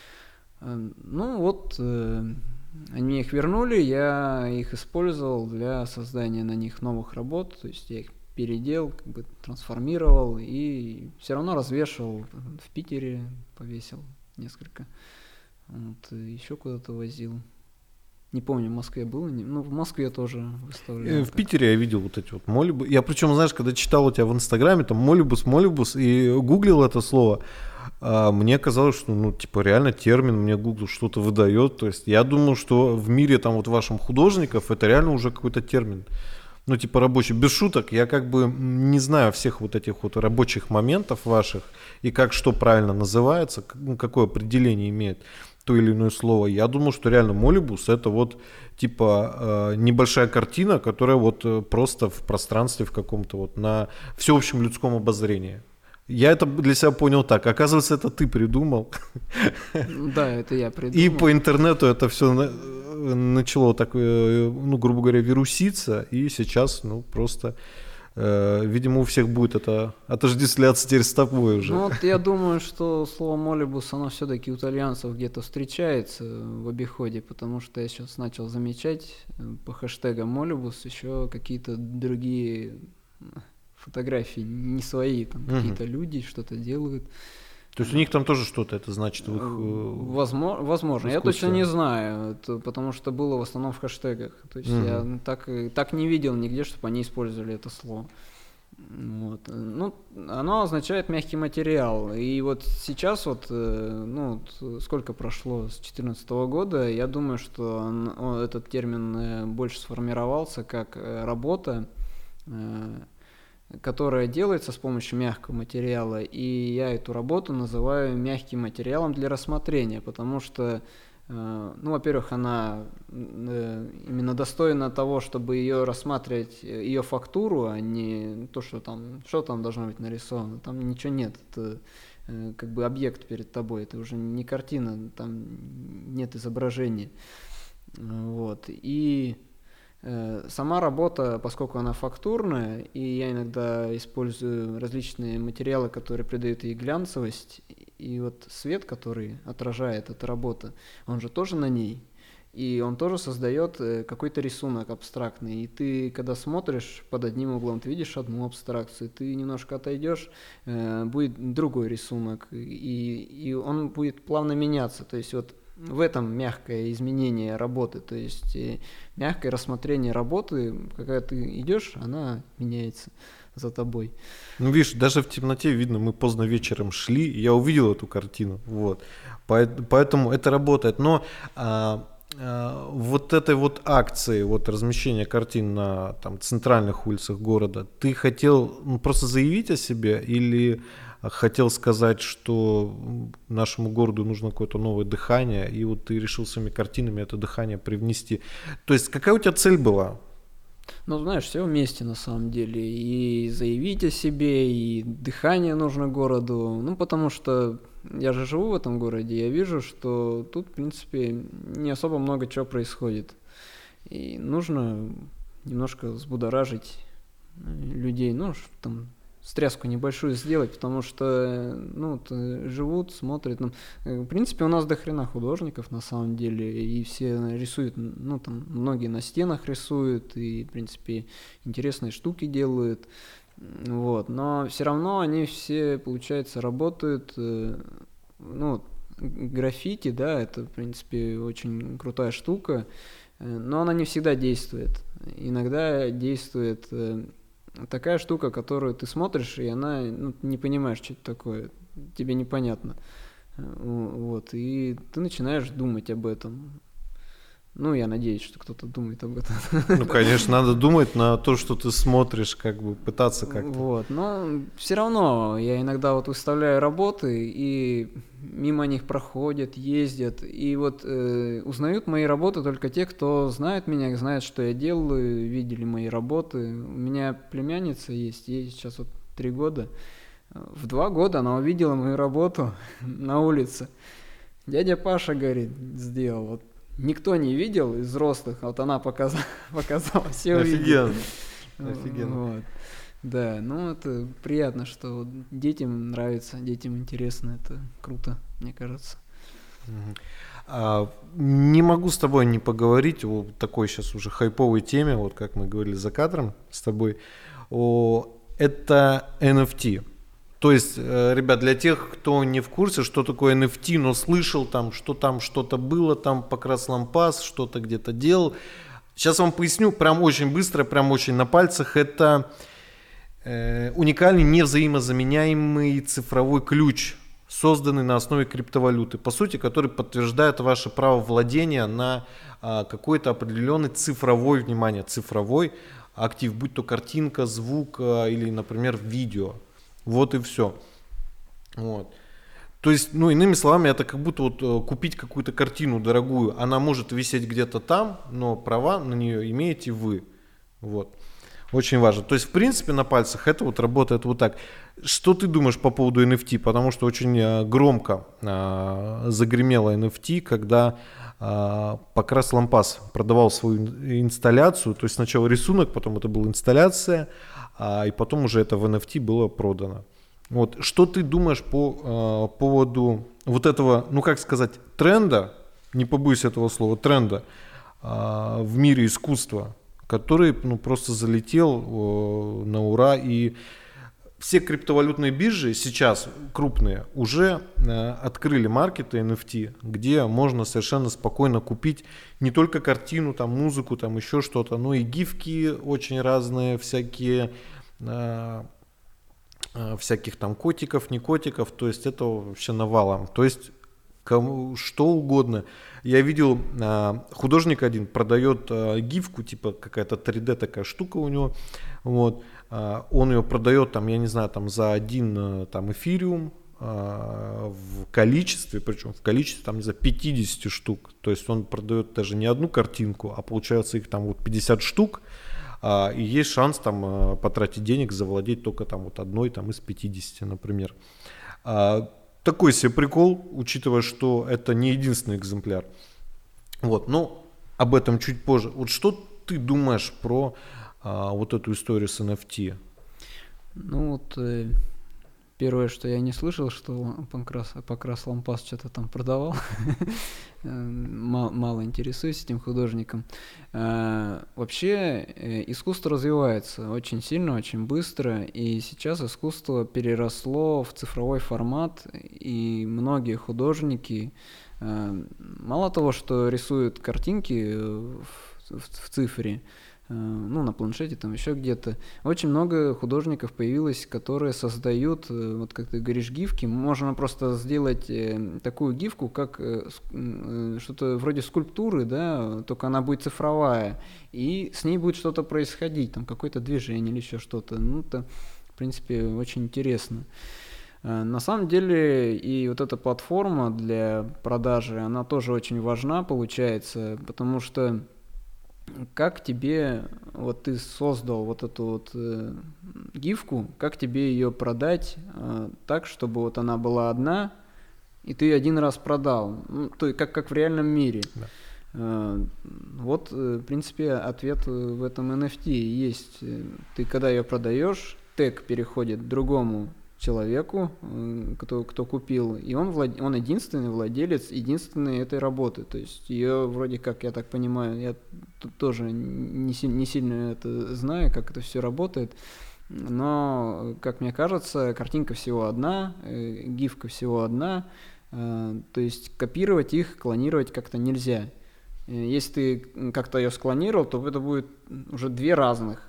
Ну вот, они их вернули, я их использовал для создания на них новых работ. То есть я их передел, как бы трансформировал и все равно развешивал. В Питере повесил несколько. Вот, еще куда-то возил. Не помню, в Москве было. Ну, в Москве тоже выставлял.
В Питере я видел вот эти вот молибусы. Я причем, знаешь, когда читал у тебя в Инстаграме, там молибус, и гуглил это слово, мне казалось, что, ну, типа, реально термин мне Google что-то выдает. То есть я думал, что в мире там вот ваших художников это реально уже какой-то термин. Ну, типа рабочий, без шуток, я как бы не знаю всех вот этих вот рабочих моментов ваших и как что правильно называется, ну, какое определение имеет то или иное слово. Я думал, что реально молибус это вот типа небольшая картина, которая вот просто в пространстве в каком-то вот на всеобщем людском обозрении. Я это для себя понял так. Оказывается, это ты придумал.
Да, это я придумал.
И по интернету это все начало так, ну, грубо говоря, вируситься, и сейчас, ну, просто, видимо, у всех будет это отождествляться теперь с тобой уже.
Ну, вот я думаю, что слово молибус, оно все-таки у итальянцев где-то встречается в обиходе, потому что я сейчас начал замечать по хэштегам молибус еще какие-то другие фотографии, не свои, там какие-то люди что-то делают.
То есть у них там тоже что-то это значит в их
возможно. Я точно не знаю, потому что было в основном в хэштегах. То есть я так не видел нигде, чтобы они использовали это слово. Вот. Ну, оно означает мягкий материал. И вот сейчас вот, ну, сколько прошло с 2014 года, я думаю, что этот термин больше сформировался как работа, которая делается с помощью мягкого материала, и я эту работу называю мягким материалом для рассмотрения, потому что, ну, во-первых, она именно достойна того, чтобы ее рассматривать, ее фактуру, а не то, что там должно быть нарисовано. Там ничего нет, это как бы объект перед тобой, это уже не картина, там нет изображения. Вот. И сама работа, поскольку она фактурная, и я иногда использую различные материалы, которые придают ей глянцевость, и вот свет, который отражает эта работа, он же тоже на ней, и он тоже создает какой-то рисунок абстрактный. И ты, когда смотришь под одним углом, ты видишь одну абстракцию, ты немножко отойдешь, будет другой рисунок, и он будет плавно меняться. То есть вот в этом мягкое изменение работы, то есть мягкое рассмотрение работы, когда ты идешь, она меняется за тобой.
Ну, видишь, даже в темноте видно, мы поздно вечером шли, и я увидел эту картину, вот, поэтому это работает. Но вот этой вот акции, вот размещения картин на там центральных улицах города, ты хотел просто заявить о себе или хотел сказать, что нашему городу нужно какое-то новое дыхание, и вот ты решил своими картинами это дыхание привнести. То есть какая у тебя цель была?
Ну, знаешь, все вместе на самом деле. И заявить о себе, и дыхание нужно городу. Ну, потому что я же живу в этом городе, я вижу, что тут, в принципе, не особо много чего происходит. И нужно немножко взбудоражить людей, ну, там, стряску небольшую сделать, потому что, ну, живут, смотрят. Ну, в принципе, у нас до хрена художников на самом деле, и все рисуют, ну, там, многие на стенах рисуют, и, в принципе, интересные штуки делают. Вот, но все равно они все, получается, работают, ну, граффити, да, это, в принципе, очень крутая штука, но она не всегда действует. Иногда действует такая штука, которую ты смотришь, и она, ну, не понимаешь, что это такое, тебе непонятно. Вот, и ты начинаешь думать об этом. Ну, я надеюсь, что кто-то думает об этом.
Ну, конечно, надо думать на то, что ты смотришь, как бы пытаться как-то.
Вот, но все равно я иногда вот выставляю работы, и мимо них проходят, ездят, и вот узнают мои работы только те, кто знает меня, знает, что я делаю, видели мои работы. У меня племянница есть, ей сейчас вот 3 года. В 2 года она увидела мою работу на улице. Дядя Паша, говорит, сделал. Вот. Никто не видел из взрослых, вот она показала, все увидели.
Офигенно.
Вот. Да, ну это приятно, что детям нравится, детям интересно, это круто, мне кажется.
Не могу с тобой не поговорить о такой сейчас уже хайповой теме, вот как мы говорили за кадром с тобой, это NFT. То есть, ребят, для тех, кто не в курсе, что такое NFT, но слышал там что-то было, там Покрас Лампас, что-то где-то делал. Сейчас вам поясню, прям очень быстро, прям очень на пальцах. Это уникальный, невзаимозаменяемый цифровой ключ, созданный на основе криптовалюты, по сути, который подтверждает ваше право владения на какой-то определенный цифровой, внимание, цифровой актив, будь то картинка, звук или, например, видео. Вот и все. Вот. То есть, ну, иными словами, это как будто вот купить какую-то картину дорогую. Она может висеть где-то там, но права на нее имеете вы. Вот. Очень важно. То есть, в принципе, на пальцах это вот работает вот так. Что ты думаешь по поводу NFT? Потому что очень громко загремело NFT, когда Покрас Лампас продавал свою инсталляцию. То есть, сначала рисунок, потом это была инсталляция, и потом уже это в NFT было продано. Вот. Что ты думаешь по поводу вот этого, ну как сказать, тренда, не побоюсь этого слова, тренда в мире искусства, который, ну, просто залетел на ура, и все криптовалютные биржи сейчас крупные уже открыли маркеты NFT, где можно совершенно спокойно купить не только картину, там, музыку, там еще что-то, но и гифки очень разные, всяких там котиков, не котиков, то есть это вообще навалом. То есть кому что угодно. Я видел, художник один продает гифку, типа какая-то 3D такая штука у него, вот, он ее продает там, я не знаю, там за один там эфириум в количестве, причем в количестве там, не знаю, 50 штук. То есть он продает даже не одну картинку, а получается их там вот 50 штук. И есть шанс там потратить денег, завладеть только там вот одной там из 50, например. Такой себе прикол, учитывая, что это не единственный экземпляр. Вот, но об этом чуть позже. Вот что ты думаешь про вот эту историю с NFT?
Ну вот первое, что я не слышал, что Покрас Лампас что-то там продавал. Мало интересуюсь этим художником. Вообще искусство развивается очень сильно, очень быстро, и сейчас искусство переросло в цифровой формат, и многие художники, мало того, что рисуют картинки в цифре, ну, на планшете, там еще где-то. Очень много художников появилось, которые создают, вот как ты говоришь, гифки. Можно просто сделать такую гифку, как что-то вроде скульптуры, да, только она будет цифровая, и с ней будет что-то происходить, там какое-то движение или еще что-то. Ну, это, в принципе, очень интересно. На самом деле и вот эта платформа для продажи, она тоже очень важна, получается, потому что как тебе, вот ты создал вот эту вот гифку, как тебе ее продать так, чтобы вот она была одна, и ты ее один раз продал, ну, то есть как в реальном мире. Да. Вот, в принципе, ответ в этом NFT есть. Ты когда ее продаешь, тег переходит другому человеку, кто купил, и он единственный владелец единственной этой работы. То есть ее вроде как, я так понимаю, я тут тоже не сильно это знаю, как это все работает, но, как мне кажется, картинка всего одна, гифка всего одна, то есть копировать их, клонировать как-то нельзя. Если ты как-то ее склонировал, то это будет уже две разных.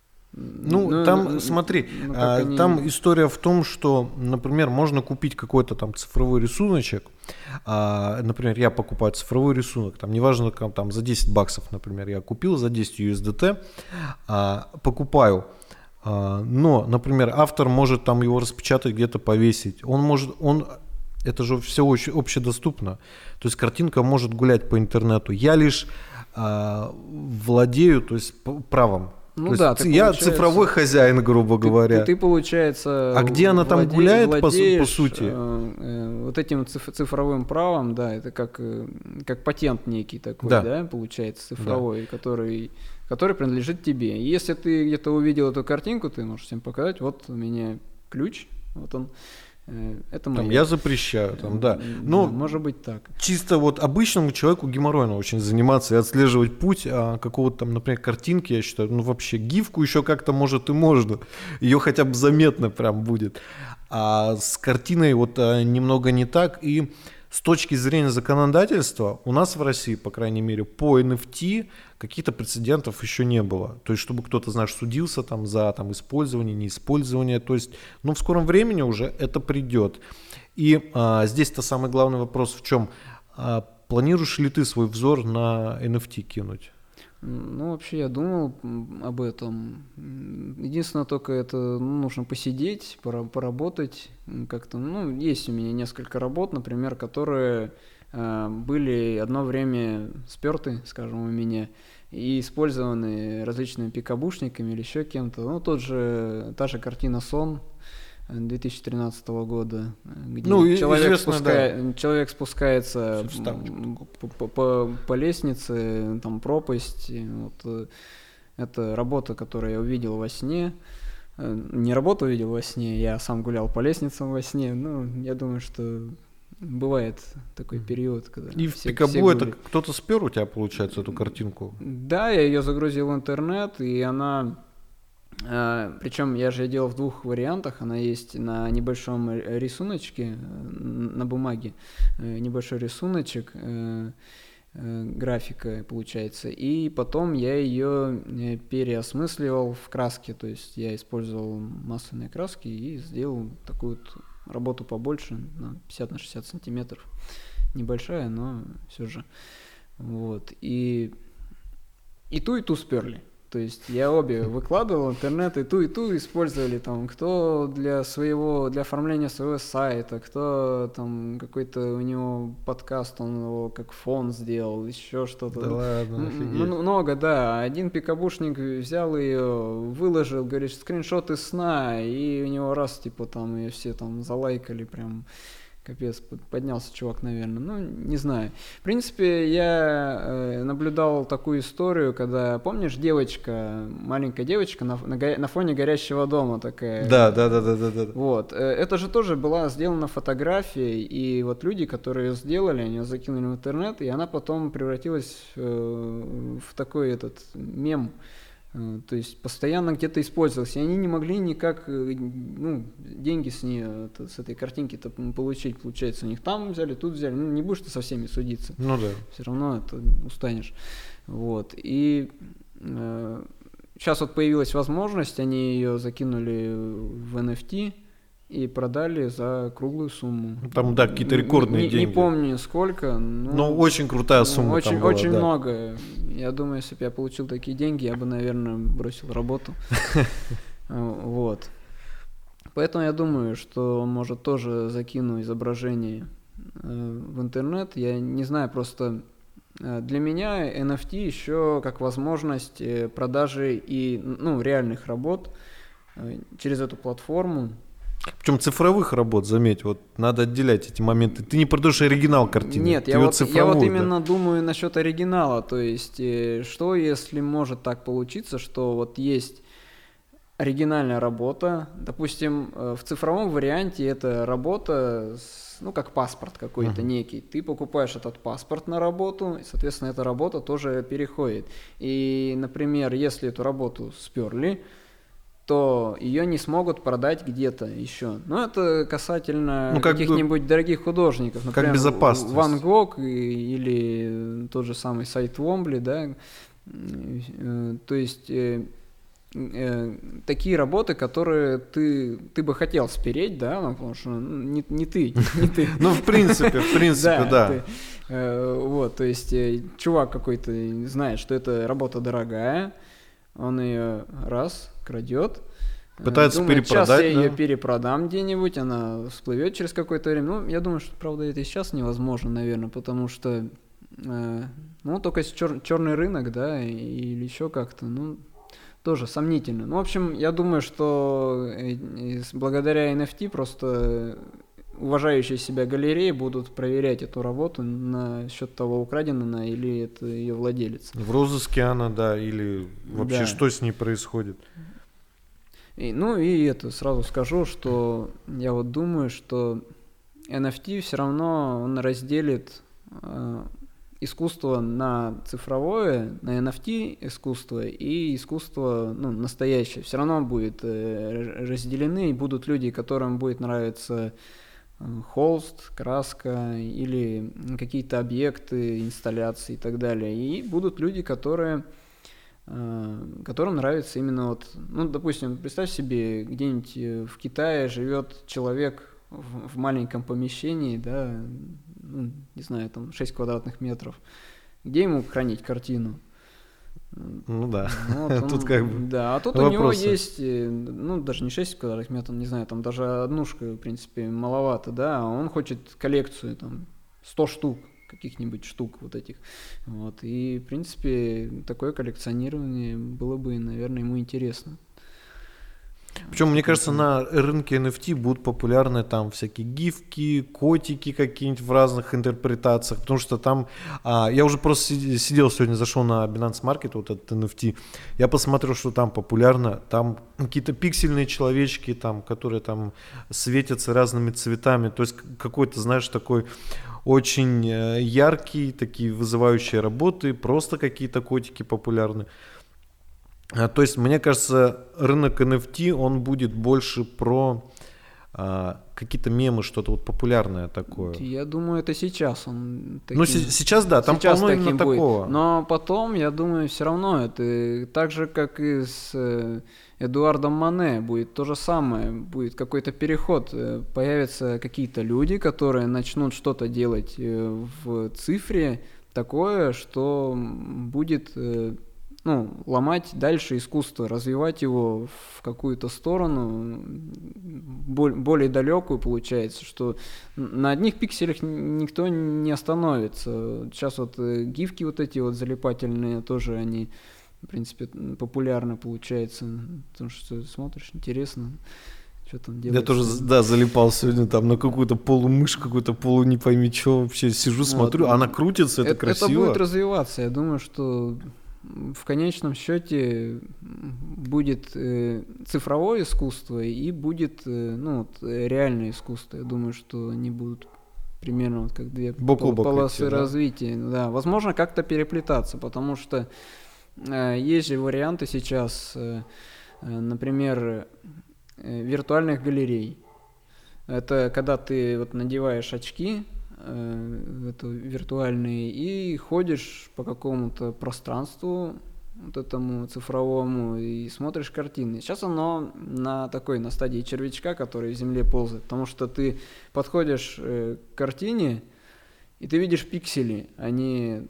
Там, смотри, там история в том, что, например, можно купить какой-то там цифровой рисуночек, например, я покупаю цифровой рисунок, там, неважно, там, за $10, например, я купил за 10 USDT, покупаю, но, например, автор может там его распечатать, где-то повесить, это же все очень общедоступно, то есть картинка может гулять по интернету, я лишь владею, то есть правом. Я цифровой хозяин, грубо говоря.
Ты получается,
а где она там гуляет, по сути?
Вот этим цифровым правом, да, это как патент некий такой, да, получается, цифровой, который принадлежит тебе. И если ты где-то увидел эту картинку, ты можешь всем показать, вот у меня ключ, вот он. Это
там я запрещаю, да. Но
может быть так.
Чисто вот обычному человеку геморройно очень заниматься и отслеживать путь какого-то там, например, картинки, я считаю, вообще гифку еще как-то может и можно. Ее хотя бы заметно прям будет. А с картиной вот немного не так. И с точки зрения законодательства у нас в России, по крайней мере, по NFT каких-то прецедентов еще не было. То есть, чтобы кто-то, знаешь, судился там за использование, неиспользование. То есть, в скором времени уже это придет. И здесь-то самый главный вопрос в чем? Планируешь ли ты свой взор на NFT кинуть?
Вообще я думал об этом. Единственное, только это нужно посидеть, поработать как-то. Есть у меня несколько работ, например, которые были одно время сперты, скажем, у меня, и использованы различными пикабушниками или еще кем-то. Та же картина «Сон» 2013 года, где человек спускается по лестнице, там пропасть. Вот, это работа, которую я увидел во сне. Не работу увидел во сне, я сам гулял по лестницам во сне. Я думаю, что бывает такой период, когда
и в Пикабу это кто-то спер у тебя, получается, эту картинку?
Да, я ее загрузил в интернет, и она... Причем я же делал в двух вариантах. Она есть на небольшом рисуночке, на бумаге, небольшой рисуночек, графика получается. И потом я ее переосмысливал в краске. То есть я использовал масляные краски и сделал такую вот работу побольше, на 50 на 60 сантиметров. Небольшая, но все же. Вот. И ту сперли. То есть я обе выкладывал в интернет, и ту использовали там, кто для оформления своего сайта, кто там какой-то у него подкаст, он его как фон сделал, еще что-то.
Да ладно, офигеть.
Много, да. Один пикабушник взял ее, выложил, говорит, скриншот из сна, и у него раз, там ее все там залайкали прям. Капец, поднялся чувак, наверное. Не знаю. В принципе, я наблюдал такую историю, когда, помнишь, маленькая девочка на фоне горящего дома такая.
Да.
Вот. Это же тоже была сделана фотография, и вот люди, которые ее сделали, они ее закинули в интернет, и она потом превратилась в такой мем. То есть постоянно где-то использовался, и они не могли никак деньги с этой картинки-то получить. Получается, у них там взяли, тут взяли. Не будешь ты со всеми судиться.
Да.
Все равно это устанешь. Вот. И сейчас вот появилась возможность, они ее закинули в NFT и продали за круглую сумму.
Там, да, какие-то рекордные деньги.
Не помню сколько.
Но очень крутая сумма
очень,
там была,
очень
да.
много. Я думаю, если бы я получил такие деньги, я бы, наверное, бросил работу. Вот. Поэтому я думаю, что он может тоже закинуть изображение в интернет. Я не знаю, просто для меня NFT еще как возможность продажи и реальных работ через эту платформу.
Причем цифровых работ, заметь, вот надо отделять эти моменты. Ты не продаешь оригинал картины.
Нет, я вот именно думаю насчет оригинала. То есть, что если может так получиться, что вот есть оригинальная работа. Допустим, в цифровом варианте это работа, как паспорт какой-то некий. Ты покупаешь этот паспорт на работу, и, соответственно, эта работа тоже переходит. И, например, если эту работу сперли, то ее не смогут продать где-то еще. Но это касательно каких-нибудь дорогих художников. Например,
как безопасность.
Ван Гог или тот же самый сайт Вомбли, да. То есть такие работы, которые ты бы хотел спереть, да, потому что не ты.
Ну, в принципе, да.
Вот, то есть чувак какой-то знает, что эта работа дорогая, он ее крадет.
Пытается
думает,
перепродать.
Сейчас я ее перепродам где-нибудь, она всплывет через какое-то время. Ну, я думаю, что, правда, это и сейчас невозможно, наверное, потому что, только если черный рынок, да, или еще как-то, тоже сомнительно. Ну, в общем, я думаю, что благодаря NFT просто уважающие себя галереи будут проверять эту работу насчет того, украдена она или это ее владелец.
В розыске она, да, или вообще что с ней происходит.
И сразу скажу, что я вот думаю, что NFT все равно он разделит искусство на цифровое, на NFT искусство и искусство настоящее. Все равно будет разделены, и будут люди, которым будет нравиться холст, краска или какие-то объекты, инсталляции и так далее. И будут люди, которым нравится именно допустим, представь себе, где-нибудь в Китае живет человек в маленьком помещении, да, не знаю, там 6 квадратных метров. Где ему хранить картину?
Ну да, тут как бы
да, а тут
вопросы.
У него есть, даже не 6 квадратных метров, не знаю, там даже однушка, в принципе, маловато, да, а он хочет коллекцию, там, 100 штук, каких-нибудь штук вот этих. Вот, и, в принципе, такое коллекционирование было бы, наверное, ему интересно.
Причем, мне кажется, на рынке NFT будут популярны там всякие гифки, котики какие-нибудь в разных интерпретациях, потому что там, я уже просто сидел сегодня, зашел на Binance Market, вот этот NFT, я посмотрел, что там популярно, там какие-то пиксельные человечки, там, которые там светятся разными цветами, то есть какой-то, знаешь, такой очень яркие, такие вызывающие работы, просто какие-то котики популярны. То есть, мне кажется, рынок NFT, он будет больше про какие-то мемы, что-то вот популярное такое.
Я думаю, это сейчас он таким...
Ну, сейчас да, там
сейчас
полно именно
будет.
такого.
Но потом, я думаю, все равно это так же, как и с Эдуардом Мане, будет то же самое. Будет какой-то переход. Появятся какие-то люди, которые начнут что-то делать в цифре такое, что будет... ломать дальше искусство, развивать его в какую-то сторону, более далекую получается, что на одних пикселях никто не остановится. Сейчас вот гифки вот эти вот залипательные тоже, они, в принципе, популярны получается, потому что смотришь, интересно. Что там делается.
Я тоже, да, залипал сегодня там на какую-то полумышь, какую-то полу не пойми что, вообще сижу, смотрю, она крутится, это красиво.
Это будет развиваться, я думаю, что в конечном счете будет цифровое искусство и будет реальное искусство. Я думаю, что они будут примерно вот как две полосы развития. Да, возможно, как-то переплетаться, потому что есть же варианты сейчас, например, виртуальных галерей. Это когда ты вот надеваешь очки виртуальные и ходишь по какому-то пространству вот этому цифровому и смотришь картины. Сейчас оно на стадии червячка, который в земле ползает, потому что ты подходишь к картине и ты видишь пиксели, они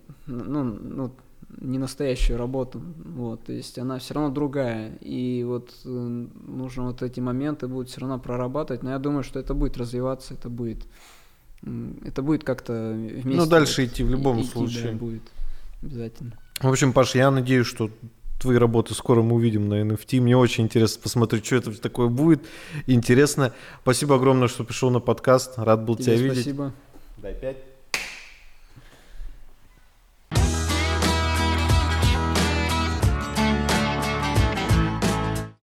не настоящую работу, вот, то есть она все равно другая, и вот нужно вот эти моменты будут все равно прорабатывать, но я думаю, что это будет развиваться, это будет как-то вместе.
Дальше идти в любом случае.
Да, будет обязательно.
В общем, Паш, я надеюсь, что твои работы скоро мы увидим на NFT. Мне очень интересно посмотреть, что это такое будет. Интересно. Спасибо огромное, что пришел на подкаст. Рад был тебя видеть.
Спасибо.
Дай 5.